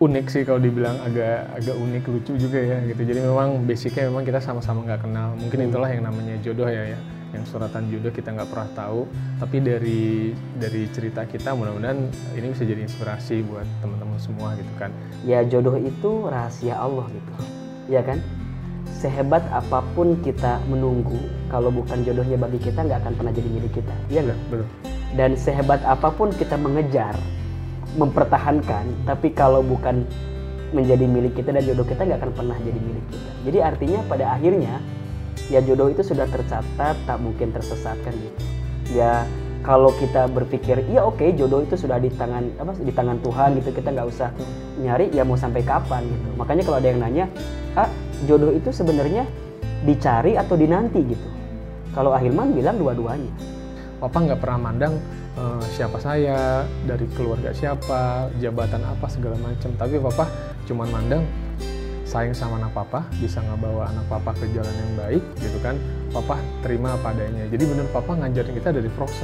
unik sih kalau dibilang agak unik, lucu juga ya gitu. Jadi memang basicnya memang kita sama-sama nggak kenal. Mungkin itulah yang namanya jodoh ya. Yang suratan jodoh kita nggak pernah tahu. Tapi dari cerita kita mudah-mudahan ini bisa jadi inspirasi buat teman-teman semua gitu kan. Ya jodoh itu rahasia Allah gitu, ya kan? Sehebat apapun kita menunggu, kalau bukan jodohnya bagi kita nggak akan pernah jadi milik kita, iya nggak? Betul. Dan sehebat apapun kita mengejar, mempertahankan, tapi kalau bukan menjadi milik kita dan jodoh kita nggak akan pernah jadi milik kita. Jadi artinya pada akhirnya ya jodoh itu sudah tercatat, tak mungkin tersesatkan gitu. Ya kalau kita berpikir iya oke, jodoh itu sudah di tangan Tuhan gitu, kita nggak usah nyari, ya mau sampai kapan gitu. Makanya kalau ada yang nanya, jodoh itu sebenarnya dicari atau dinanti gitu. Kalau Ahilman bilang dua-duanya. Papa nggak pernah mandang siapa saya, dari keluarga siapa, jabatan apa segala macam. Tapi Papa cuma mandang sayang sama anak Papa, bisa ngebawa anak Papa ke jalan yang baik gitu kan. Papa terima apa adanya. Jadi bener Papa ngajarin kita dari proses.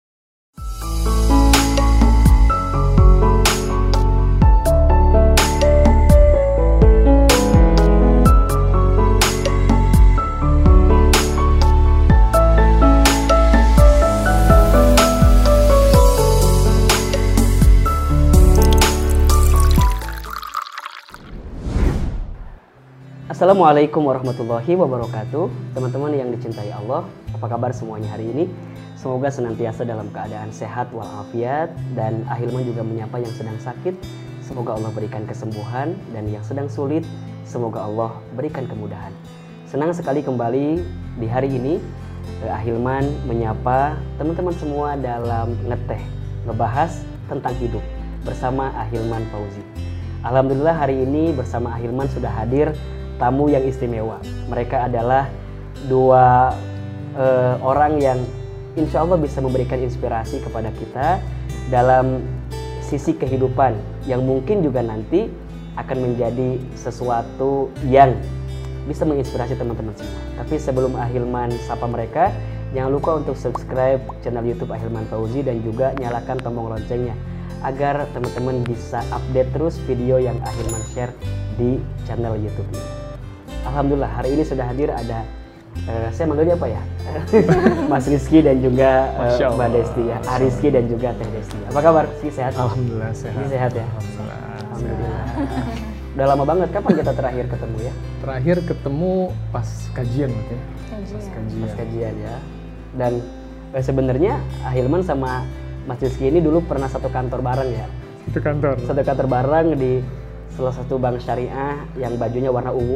Assalamualaikum warahmatullahi wabarakatuh. Teman-teman yang dicintai Allah, apa kabar semuanya hari ini? Semoga senantiasa dalam keadaan sehat walafiat. Dan Ahilman juga menyapa yang sedang sakit, semoga Allah berikan kesembuhan. Dan yang sedang sulit, semoga Allah berikan kemudahan. Senang sekali kembali di hari ini Ahilman menyapa teman-teman semua dalam ngebahas tentang hidup bersama Ahilman Fauzi. Alhamdulillah hari ini bersama Ahilman sudah hadir tamu yang istimewa. Mereka adalah dua orang yang insya Allah bisa memberikan inspirasi kepada kita dalam sisi kehidupan yang mungkin juga nanti akan menjadi sesuatu yang bisa menginspirasi teman-teman semua. Tapi sebelum Ahilman sapa mereka, jangan lupa untuk subscribe channel YouTube Ahilman Fauzi dan juga nyalakan tombol loncengnya agar teman-teman bisa update terus video yang Ahilman share di channel YouTube ini. Alhamdulillah hari ini sudah hadir ada saya manggilnya apa ya? Mas Rizky dan juga Mbak Desti ya. Rizky dan juga Teh Desti. Apa kabar? Rizky sehat? Alhamdulillah sehat. Rizky sehat ya? Alhamdulillah. Udah lama banget, kapan kita terakhir ketemu ya? Terakhir ketemu pas kajian mungkin. Pas kajian ya. Dan sebenarnya Ahilman sama Mas Rizky ini dulu pernah satu kantor bareng ya? Satu kantor bareng di salah satu bank syariah yang bajunya warna ungu.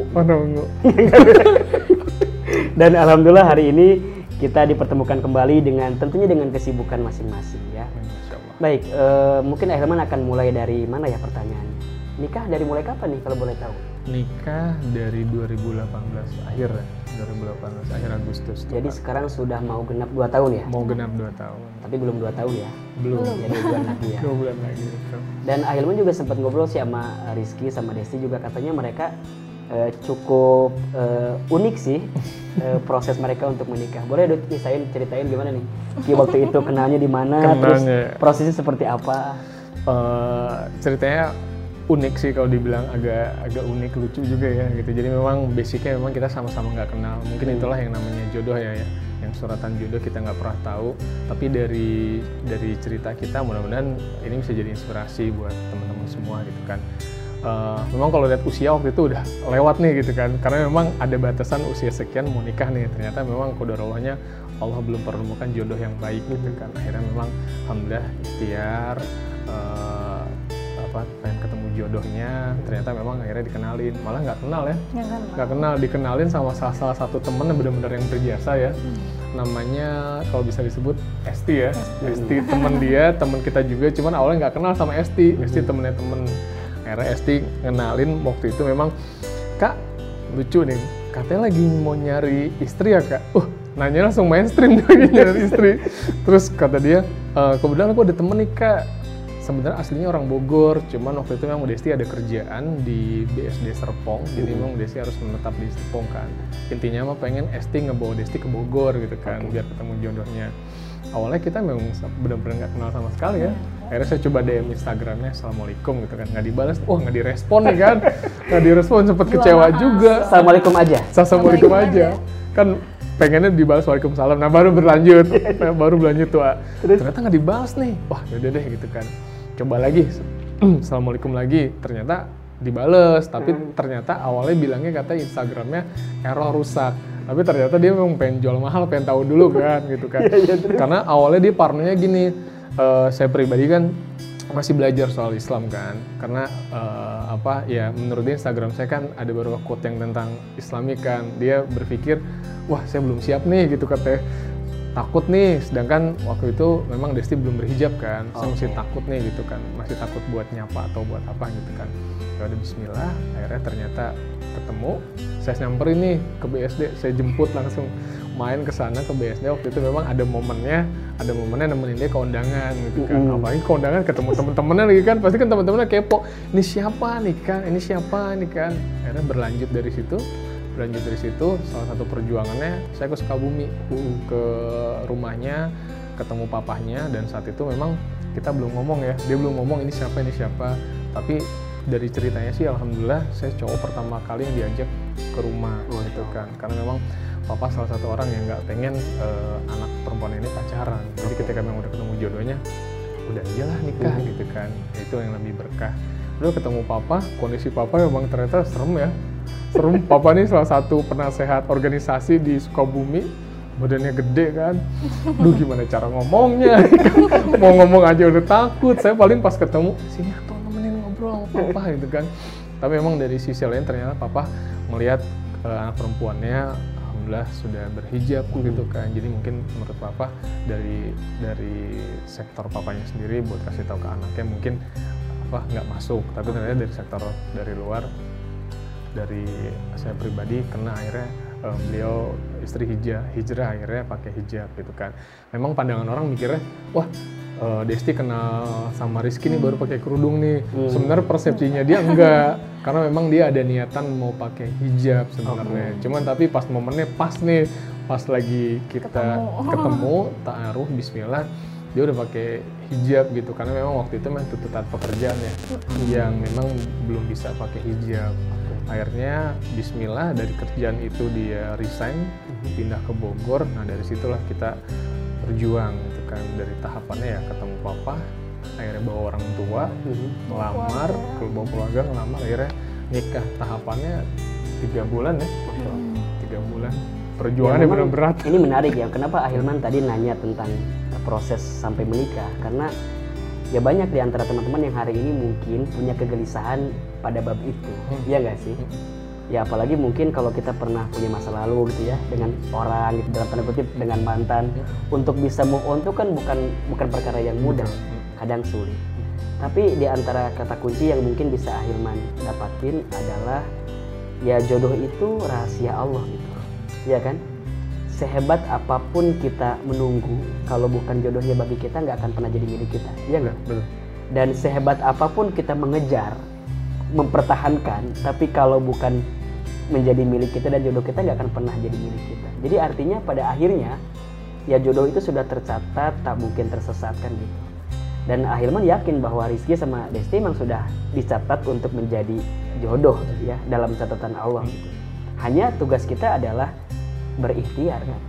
Dan alhamdulillah hari ini kita dipertemukan kembali tentunya dengan kesibukan masing-masing ya. Baik, mungkin Ahilman akan mulai dari mana ya pertanyaannya? Nikah dari mulai kapan nih kalau boleh tahu? Nikah dari 2018 akhir ya. 2018 akhir Agustus. Jadi sekarang sudah mau genap 2 tahun ya? Mau genap 2 tahun. Tapi belum 2 tahun ya? Belum. Ya 2 bulan lagi ya. 2 bulan lagi gitu. Dan Ahilman juga sempat ngobrol sih sama Rizky sama Desti juga, katanya mereka cukup unik sih proses mereka untuk menikah. Boleh ceritain gimana nih? Waktu itu kenalnya di mana, terus prosesnya seperti apa? Ceritanya unik sih kalau dibilang agak unik, lucu juga ya gitu. Jadi memang basicnya memang kita sama-sama nggak kenal. Mungkin itulah yang namanya jodoh ya. Yang suratan jodoh kita nggak pernah tahu. Tapi dari cerita kita mudah-mudahan ini bisa jadi inspirasi buat teman-teman semua gitu kan. Memang kalau lihat usia waktu itu udah lewat nih gitu kan. Karena memang ada batasan usia sekian mau nikah nih. Ternyata memang qadarallahnya Allah belum pertemukan jodoh yang baik gitu kan. Akhirnya memang alhamdulillah ikhtiar pengen ketemu jodohnya, ternyata memang akhirnya dikenalin. Malah nggak kenal ya, nggak kenal, dikenalin sama salah satu temen yang benar-benar yang berjasa ya. Namanya kalau bisa disebut Esti ya. Esti temen dia, temen kita juga, cuman awalnya nggak kenal sama Esti. Esti temennya temen. Akhirnya Esti ngenalin waktu itu memang, Kak lucu nih, katanya lagi mau nyari istri ya Kak. Nanya langsung mainstream lagi nyari istri. Terus kata dia, kebetulan aku ada temen nih Kak, sebenarnya aslinya orang Bogor, cuman waktu itu memang Desti ada kerjaan di BSD Serpong, jadi memang Desti harus menetap di Serpong kan. Intinya mah pengen Esti ngebawa Desti ke Bogor gitu kan, biar ketemu jodohnya. awalnya kita memang benar-benar nggak kenal sama sekali ya. Akhirnya saya coba DM Instagramnya, assalamualaikum gitu kan, nggak dibalas, nggak direspon nih kan, nggak direspon, sempet kecewa juga. Assalamualaikum aja. Assalamualaikum aja. Kan pengennya dibalas waalaikumsalam, nah baru berlanjut, tuh. Ternyata nggak dibalas nih, wah yaudah deh gitu kan. Coba lagi, assalamualaikum lagi, ternyata dibales, tapi ternyata awalnya bilangnya katanya Instagramnya error rusak. Tapi ternyata dia memang pengen jual mahal, pengen tahu dulu kan gitu kan. Karena awalnya dia parnonya gini, saya pribadi kan masih belajar soal Islam kan. Karena menurut dia Instagram saya kan ada beberapa quote yang tentang Islami kan. Dia berpikir, wah saya belum siap nih gitu katanya. Takut nih, sedangkan waktu itu memang Desti belum berhijab kan, saya masih takut nih gitu kan, masih takut buat nyapa atau buat apa gitu kan. Ya udah bismillah, akhirnya ternyata ketemu, saya nyamperin nih ke BSD, saya jemput langsung main ke sana ke BSD. Waktu itu memang ada momennya nemenin dia ke undangan gitu kan. Apalagi ke undangan ketemu temen-temennya lagi kan, pasti kan temen-temennya kepo, ini siapa nih kan. Akhirnya berlanjut dari situ, salah satu perjuangannya saya ke Sukabumi, ke rumahnya, ketemu papahnya, dan saat itu memang kita belum ngomong ya, dia belum ngomong ini siapa, tapi dari ceritanya sih alhamdulillah saya cowok pertama kali yang diajak ke rumah gitu kan, karena memang papa salah satu orang yang nggak pengen anak perempuan ini pacaran, jadi ketika memang udah ketemu jodohnya, udah aja lah nikah gitu kan, itu yang lebih berkah. Udah ketemu papa, kondisi papa memang ternyata serem. Papa ini salah satu penasehat organisasi di Sukabumi, badannya gede kan, gimana cara ngomongnya, mau ngomong aja udah takut. Saya paling pas ketemu, sini atau nemenin ngobrol sama papa gitu kan. Tapi memang dari sisi lain ternyata papa melihat anak perempuannya alhamdulillah sudah berhijab gitu kan. Jadi mungkin menurut papa dari sektor papanya sendiri buat kasih tahu ke anaknya mungkin nggak masuk, tapi ternyata dari sektor dari luar, dari saya pribadi kena, akhirnya beliau istri hijrah akhirnya pakai hijab gitu kan. Memang pandangan orang mikirnya, wah Desti kenal sama Rizky nih baru pakai kerudung nih. Sebenarnya persepsinya dia enggak, karena memang dia ada niatan mau pakai hijab sebenarnya. Cuman tapi pas momennya pas nih, pas lagi kita ketemu ta'aruf, bismillah, dia udah pakai hijab gitu, karena memang waktu itu memang tuntutan pekerjaan ya, yang memang belum bisa pakai hijab. Akhirnya bismillah dari kerjaan itu dia resign, pindah ke Bogor. Nah dari situlah kita berjuang gitu kan, dari tahapannya ya ketemu papa, akhirnya bawa orang tua, melamar, bawa keluarga, ngelamar, akhirnya nikah. Tahapannya 3 bulan ya, 3 bulan. Perjuangannya ya, benar berat. Ini menarik ya, kenapa Ahilman tadi nanya tentang proses sampai menikah, karena ya banyak di antara teman-teman yang hari ini mungkin punya kegelisahan pada bab itu, iya nggak sih? Ya apalagi mungkin kalau kita pernah punya masa lalu gitu ya dengan orang gitu, dalam tanda kutip dengan mantan, untuk bisa move on itu kan bukan perkara yang mudah, kadang sulit. Tapi di antara kata kunci yang mungkin bisa Ahilman dapatin adalah ya jodoh itu rahasia Allah gitu, ya kan? Sehebat apapun kita menunggu, kalau bukan jodohnya bagi kita nggak akan pernah jadi milik kita, iya nggak? Dan sehebat apapun kita mengejar, mempertahankan, tapi kalau bukan menjadi milik kita dan jodoh kita nggak akan pernah jadi milik kita. Jadi artinya pada akhirnya ya jodoh itu sudah tercatat, tak mungkin tersesatkan gitu. Dan Ahilman yakin bahwa Rizky sama Desti memang sudah dicatat untuk menjadi jodoh ya dalam catatan Allah gitu. Hanya tugas kita adalah berikhtiar kan.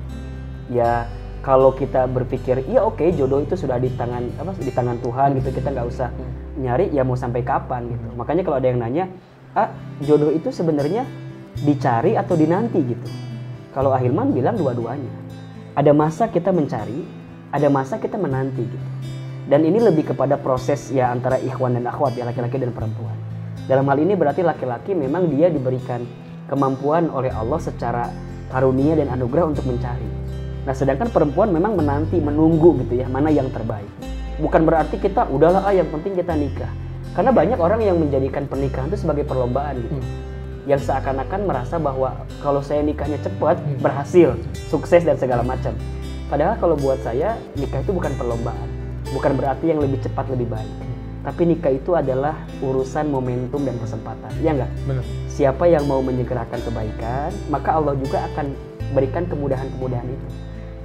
Ya kalau kita berpikir iya oke, jodoh itu sudah di tangan Tuhan gitu, kita nggak usah nyari, ya mau sampai kapan gitu. Makanya kalau ada yang nanya, jodoh itu sebenarnya dicari atau dinanti gitu. Kalau Ahilman bilang dua-duanya. Ada masa kita mencari, ada masa kita menanti gitu. Dan ini lebih kepada proses ya antara ikhwan dan akhwat ya, laki-laki dan perempuan. Dalam hal ini berarti laki-laki memang dia diberikan kemampuan oleh Allah secara karunia dan anugerah untuk mencari. Nah sedangkan perempuan memang menanti, menunggu gitu ya, mana yang terbaik. Bukan berarti kita udahlah yang penting kita nikah. Karena banyak orang yang menjadikan pernikahan itu sebagai perlombaan gitu. Yang seakan-akan merasa bahwa kalau saya nikahnya cepat, berhasil, sukses dan segala macam. Padahal kalau buat saya nikah itu bukan perlombaan. Bukan berarti yang lebih cepat lebih baik. Tapi nikah itu adalah urusan momentum dan kesempatan, ya enggak? Benar. Siapa yang mau menyegerakan kebaikan, maka Allah juga akan berikan kemudahan-kemudahan itu.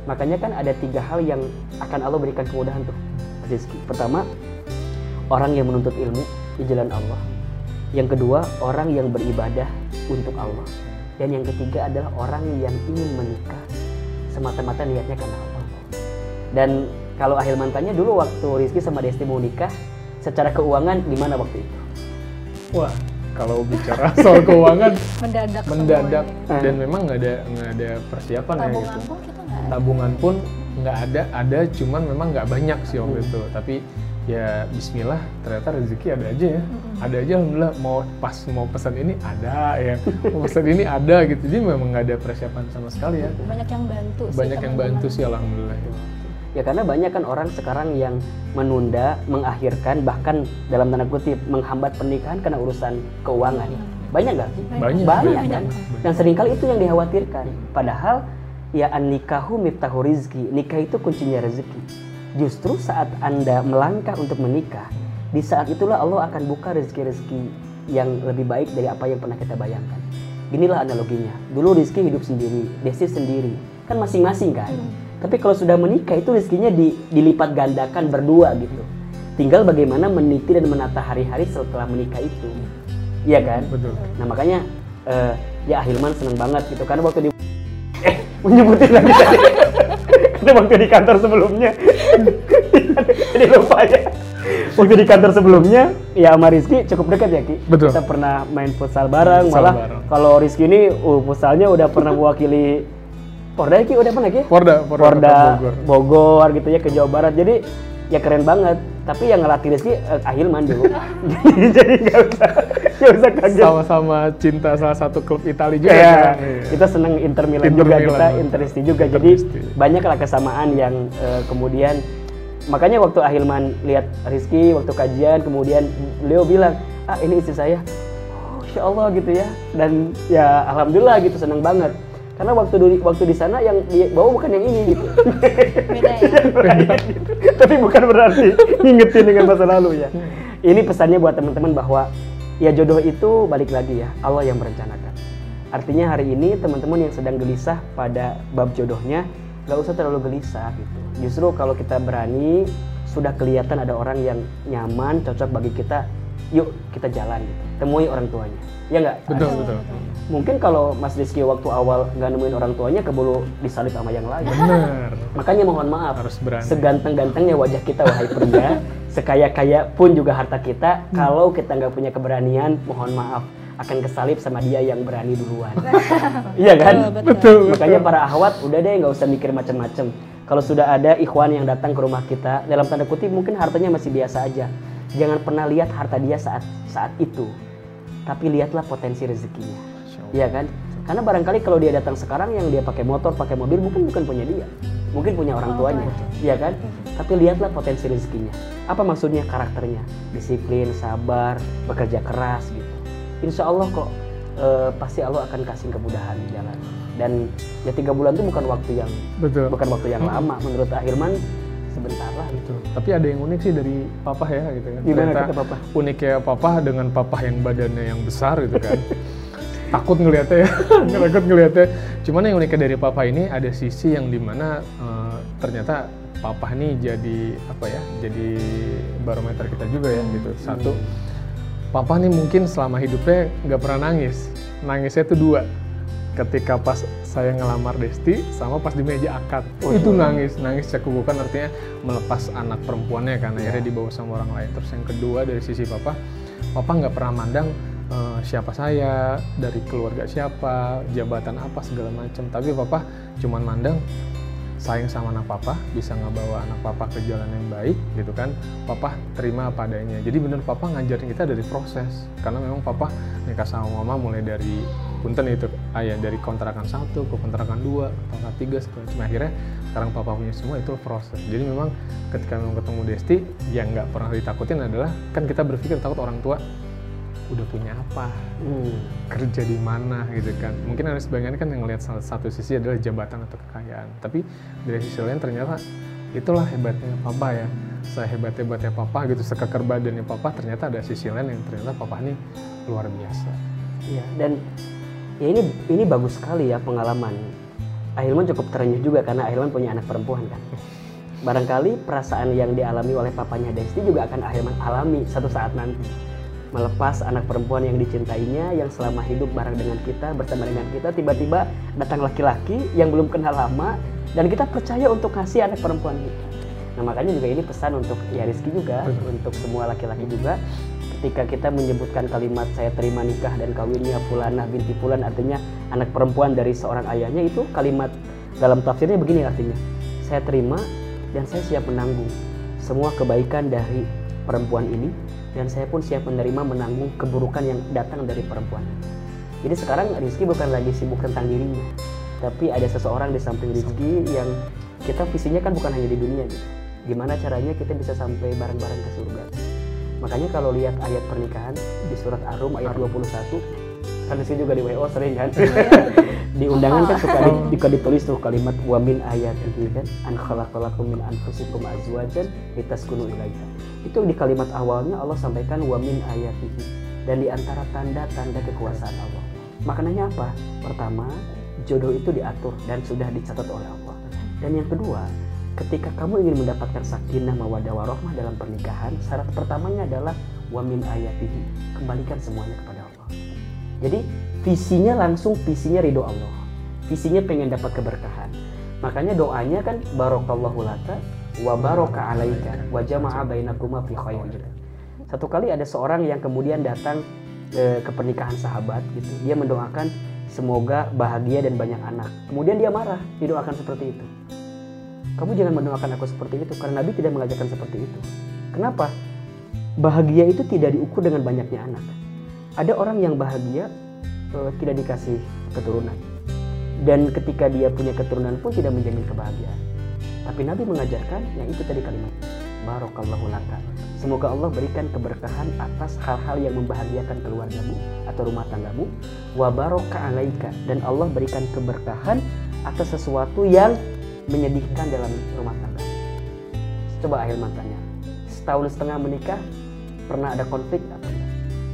Makanya kan ada 3 hal yang akan Allah berikan kemudahan tuh rezeki. Pertama, orang yang menuntut ilmu di jalan Allah. Yang kedua, orang yang beribadah untuk Allah. Dan yang ketiga adalah orang yang ingin menikah semata-mata niatnya karena Allah. Dan kalau Ahilman tanya dulu waktu Rizky sama Desti mau nikah, secara keuangan gimana waktu itu? Wah, kalau bicara soal keuangan mendadak dan memang nggak ada persiapan ya gitu. Tabungan pun nggak ada, cuman memang nggak banyak sih waktu itu. Tapi ya Bismillah, ternyata rezeki ada aja ya. Ada aja, alhamdulillah. Mau pesan ini ada ya, mau pesan ini ada gitu. Jadi memang nggak ada persiapan sama sekali ya. Banyak yang bantu sih. Banyak yang bantu sih, alhamdulillah. Ya karena banyak kan orang sekarang yang menunda, mengakhirkan, bahkan dalam tanda kutip menghambat pernikahan karena urusan keuangan. Banyak nggak? Banyak kan? Dan seringkali itu yang dikhawatirkan. Padahal ya an-nikahu miftahu rizki. Nikah itu kuncinya rezeki. Justru saat Anda melangkah untuk menikah, di saat itulah Allah akan buka rezeki-rezeki yang lebih baik dari apa yang pernah kita bayangkan. Inilah analoginya. Dulu Rizky hidup sendiri, Desti sendiri. Kan masing-masing kan? Tapi kalau sudah menikah itu rezekinya dilipat gandakan berdua gitu. Tinggal bagaimana meniti dan menata hari-hari setelah menikah itu. Iya kan? Betul. Nah makanya ya Ahilman seneng banget gitu. Karena waktu menyebutin lagi tadi. Karena waktu di kantor sebelumnya. Jadi lupa ya. Waktu di kantor sebelumnya, ya sama Rizky cukup dekat ya Ki. Betul. Kita pernah main futsal bareng. Malah kalau Rizky ini futsalnya udah pernah mewakili Porda Ki, udah pernah Ki? Porda Bogor gitu ya, ke Jawa Barat. Jadi ya keren banget. Tapi yang ngelatih Rizky Ahilman dulu. Jadi gak usah kaget. Sama-sama cinta salah satu klub Italia juga. Kan? Kita seneng Inter Milan juga, kita Interisti juga. Jadi banyaklah kesamaan yang kemudian makanya waktu Ahilman lihat Rizky waktu kajian, kemudian beliau bilang, ini istri saya. Oh, Insya Allah gitu ya. Dan ya alhamdulillah gitu, seneng banget. Karena waktu di sana yang dibawa bukan yang ini gitu. Beda ya. Tapi bukan berarti ngingetin dengan masa lalu ya. Ini pesannya buat teman-teman bahwa ya jodoh itu balik lagi ya, Allah yang merencanakan. Artinya hari ini teman-teman yang sedang gelisah pada bab jodohnya, gak usah terlalu gelisah gitu. Justru kalau kita berani, sudah kelihatan ada orang yang nyaman, cocok bagi kita, yuk kita jalan gitu. Temui orang tuanya. Ya nggak? Betul. Mungkin kalau Mas Rizky waktu awal nggak nemuin orang tuanya, keburu disalib sama yang lain. Benar. Makanya mohon maaf, harus berani. Seganteng-gantengnya wajah kita wahai pria, sekaya-kaya pun juga harta kita, kalau kita nggak punya keberanian, mohon maaf, akan kesalip sama dia yang berani duluan. Iya kan? Betul. Makanya para akhwat, udah deh nggak usah mikir macam-macam. Kalau sudah ada ikhwan yang datang ke rumah kita, dalam tanda kutip mungkin hartanya masih biasa aja. Jangan pernah lihat harta dia saat itu, tapi lihatlah potensi rezekinya. Iya kan? Karena barangkali kalau dia datang sekarang yang dia pakai motor, pakai mobil, mungkin bukan punya dia. Mungkin punya orang tuanya. Iya kan? Tapi lihatlah potensi rezekinya. Apa maksudnya? Karakternya. Disiplin, sabar, bekerja keras gitu. Insya Allah kok pasti Allah akan kasih kemudahan di jalan. Dan ya 3 bulan itu bukan waktu yang lama. Menurut Ahilman sebentar lah gitu. Tapi ada yang unik sih dari Papa ya gitu kan. Gimana kata Papa? Uniknya Papa dengan Papa yang badannya yang besar gitu kan. Takut ngelihatnya ya, Cuman yang uniknya dari Papa ini ada sisi yang dimana ternyata Papa ini jadi jadi barometer kita juga ya gitu. Satu, Papa nih mungkin selama hidupnya nggak pernah nangis. Nangisnya tuh 2. Ketika pas saya ngelamar Desti sama pas di meja akad. Itu nangis cekubukan, artinya melepas anak perempuannya kan akhirnya dibawa sama orang lain. Terus yang kedua dari sisi Papa nggak pernah mandang siapa saya, dari keluarga siapa, jabatan apa segala macam. Tapi Papa cuman mandang sayang sama anak Papa, bisa ngebawa anak Papa ke jalan yang baik gitu kan. Papa terima apa adanya. Jadi bener Papa ngajarin kita dari proses. Karena memang Papa nikah sama Mama mulai dari punten itu dari kontrakan 1 ke kontrakan 2, kontrakan 3 segala macam. Akhirnya sekarang Papa punya semua, itu proses. Jadi memang ketika memang ketemu Desti, yang nggak pernah ditakutin adalah kan kita berpikir takut orang tua udah punya apa, kerja di mana gitu kan. Mungkin ada sebagian kan yang ngelihat satu sisi adalah jabatan atau kekayaan, tapi dari sisi lain ternyata itulah hebatnya Papa ya. Sehebat-hebatnya Papa gitu, sekeker badannya Papa, ternyata ada sisi lain yang ternyata Papa ini luar biasa. Iya, dan ya ini bagus sekali ya pengalaman. Ahilman cukup terenyuh juga karena Ahilman punya anak perempuan kan. Barangkali perasaan yang dialami oleh papanya Desti juga akan Ahilman alami satu saat nanti. Melepas anak perempuan yang dicintainya, yang selama hidup bareng dengan kita, bersama dengan kita, tiba-tiba datang laki-laki yang belum kenal lama, dan kita percaya untuk kasih anak perempuan kita. Nah makanya juga ini pesan untuk ya Rizky juga, untuk semua laki-laki juga. Ketika kita menyebutkan kalimat saya terima nikah dan kawinnya Fulanah binti Fulan, artinya anak perempuan dari seorang ayahnya, itu kalimat dalam tafsirnya begini artinya, saya terima dan saya siap menanggung semua kebaikan dari perempuan ini, dan saya pun siap menerima menanggung keburukan yang datang dari perempuan. Jadi sekarang Rizky bukan lagi sibuk tentang dirinya, tapi ada seseorang di samping Rizky yang kita visinya kan bukan hanya di dunia gitu. Gimana caranya kita bisa sampai bareng-bareng ke surga. Makanya kalau lihat ayat pernikahan di surat Ar-Rum ayat 21, kan di sini juga di WO sering kan. Di undangan kan suka ditulis tuh kalimat wa min ayatihi kan an khalaqalakum min anfusikum azwajan litaskunu ilaiha. Itu di kalimat awalnya Allah sampaikan wa min ayatihi, dan di antara tanda-tanda kekuasaan Allah. Maknanya apa? Pertama, jodoh itu diatur dan sudah dicatat oleh Allah. Dan yang kedua, ketika kamu ingin mendapatkan sakinah mawaddah warahmah dalam pernikahan, syarat pertamanya adalah wa min ayatihi, kembalikan semuanya kepada Allah. Jadi visinya langsung visinya ridho Allah, visinya pengen dapat keberkahan. Makanya doanya kan barakallahu laka wa baraka alaika wa jama'a bainakuma fi khairin. Satu kali ada seorang yang kemudian datang ke pernikahan sahabat gitu, dia mendoakan semoga bahagia dan banyak anak. Kemudian dia marah, didoakan seperti itu. Kamu jangan mendoakan aku seperti itu, karena Nabi tidak mengajarkan seperti itu. Kenapa? Bahagia itu tidak diukur dengan banyaknya anak. Ada orang yang bahagia tidak dikasih keturunan, dan ketika dia punya keturunan pun tidak menjamin kebahagiaan. Tapi Nabi mengajarkan yang itu tadi kalimat barakallahu laka, semoga Allah berikan keberkahan atas hal-hal yang membahagiakan keluargamu atau rumah tanggamu, wa baraka alaika, dan Allah berikan keberkahan atas sesuatu yang menyedihkan dalam rumah tangga. Coba Ahilman tanya, setahun setengah menikah pernah ada konflik atau enggak?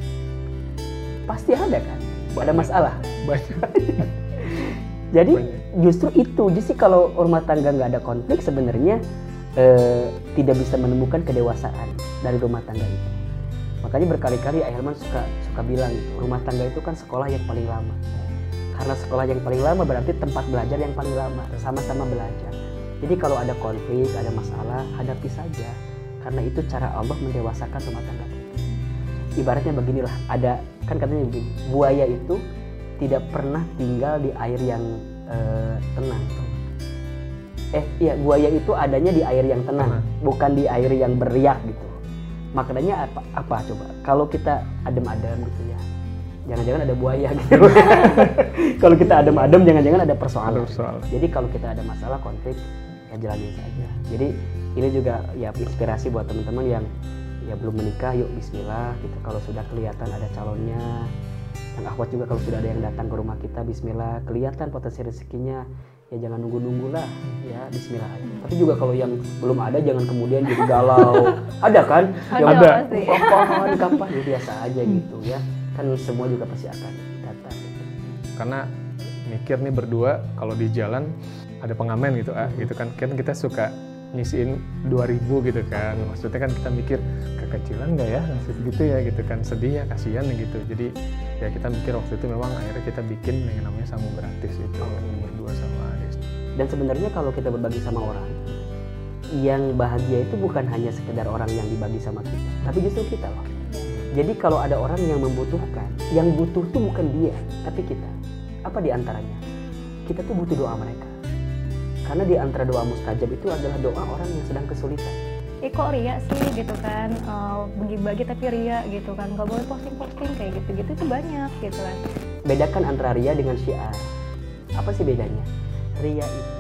Pasti ada kan? Ada masalah. Jadi justru kalau rumah tangga nggak ada konflik sebenarnya tidak bisa menemukan kedewasaan dari rumah tangga itu. Makanya berkali-kali Ahilman suka bilang gitu, rumah tangga itu kan sekolah yang paling lama. Karena sekolah yang paling lama berarti tempat belajar yang paling lama, sama-sama belajar. Jadi kalau ada konflik, ada masalah, hadapi saja. Karena itu cara Allah mendewasakan rumah tangga kita. Ibaratnya beginilah, ada kan katanya begini, buaya itu tidak pernah tinggal di air yang tenang. Buaya itu adanya di air yang tenang, bukan di air yang beriak gitu. Maknanya apa coba? Kalau kita adem-adem gitu ya, jangan-jangan ada buaya gitu. Kalau kita adem-adem, jangan-jangan ada persoalan. Jadi kalau kita ada masalah, konflik, ya jalanin saja. Jadi ini juga ya inspirasi buat teman-teman yang ya belum menikah, yuk bismillah gitu. Kalau sudah kelihatan ada calonnya, yang akhwat juga kalau sudah ada yang datang ke rumah kita, bismillah, kelihatan potensi rezekinya, ya jangan nunggu-nunggu lah, ya bismillah aja. Tapi juga kalau yang belum ada, jangan kemudian jadi galau. Ada kan? Ada. Kapan ya biasa aja gitu ya. Kan semua juga pasti akan datang. Karena mikir nih berdua kalau di jalan ada pengamen gitu gitu kan kita suka nyisiin 2.000 gitu kan, maksudnya kan kita mikir kekecilan nggak ya ngasih segitu ya gitu kan, sedih ya, kasihan gitu. Jadi ya kita mikir waktu itu memang akhirnya kita bikin yang namanya Sambung Gratis itu berdua sama Desti. Dan sebenarnya kalau kita berbagi sama orang, yang bahagia itu bukan hanya sekedar orang yang dibagi sama kita, tapi justru kita loh. Jadi kalau ada orang yang membutuhkan, yang butuh tuh bukan dia, tapi kita. Apa di antaranya? Kita tuh butuh doa mereka. Karena di antara doa mustajab itu adalah doa orang yang sedang kesulitan. Kok ria sih gitu kan, bagi-bagi tapi ria gitu kan, gak boleh posting-posting kayak gitu-gitu itu banyak gitu kan. Bedakan antara ria dengan syiar. Apa sih bedanya? Ria itu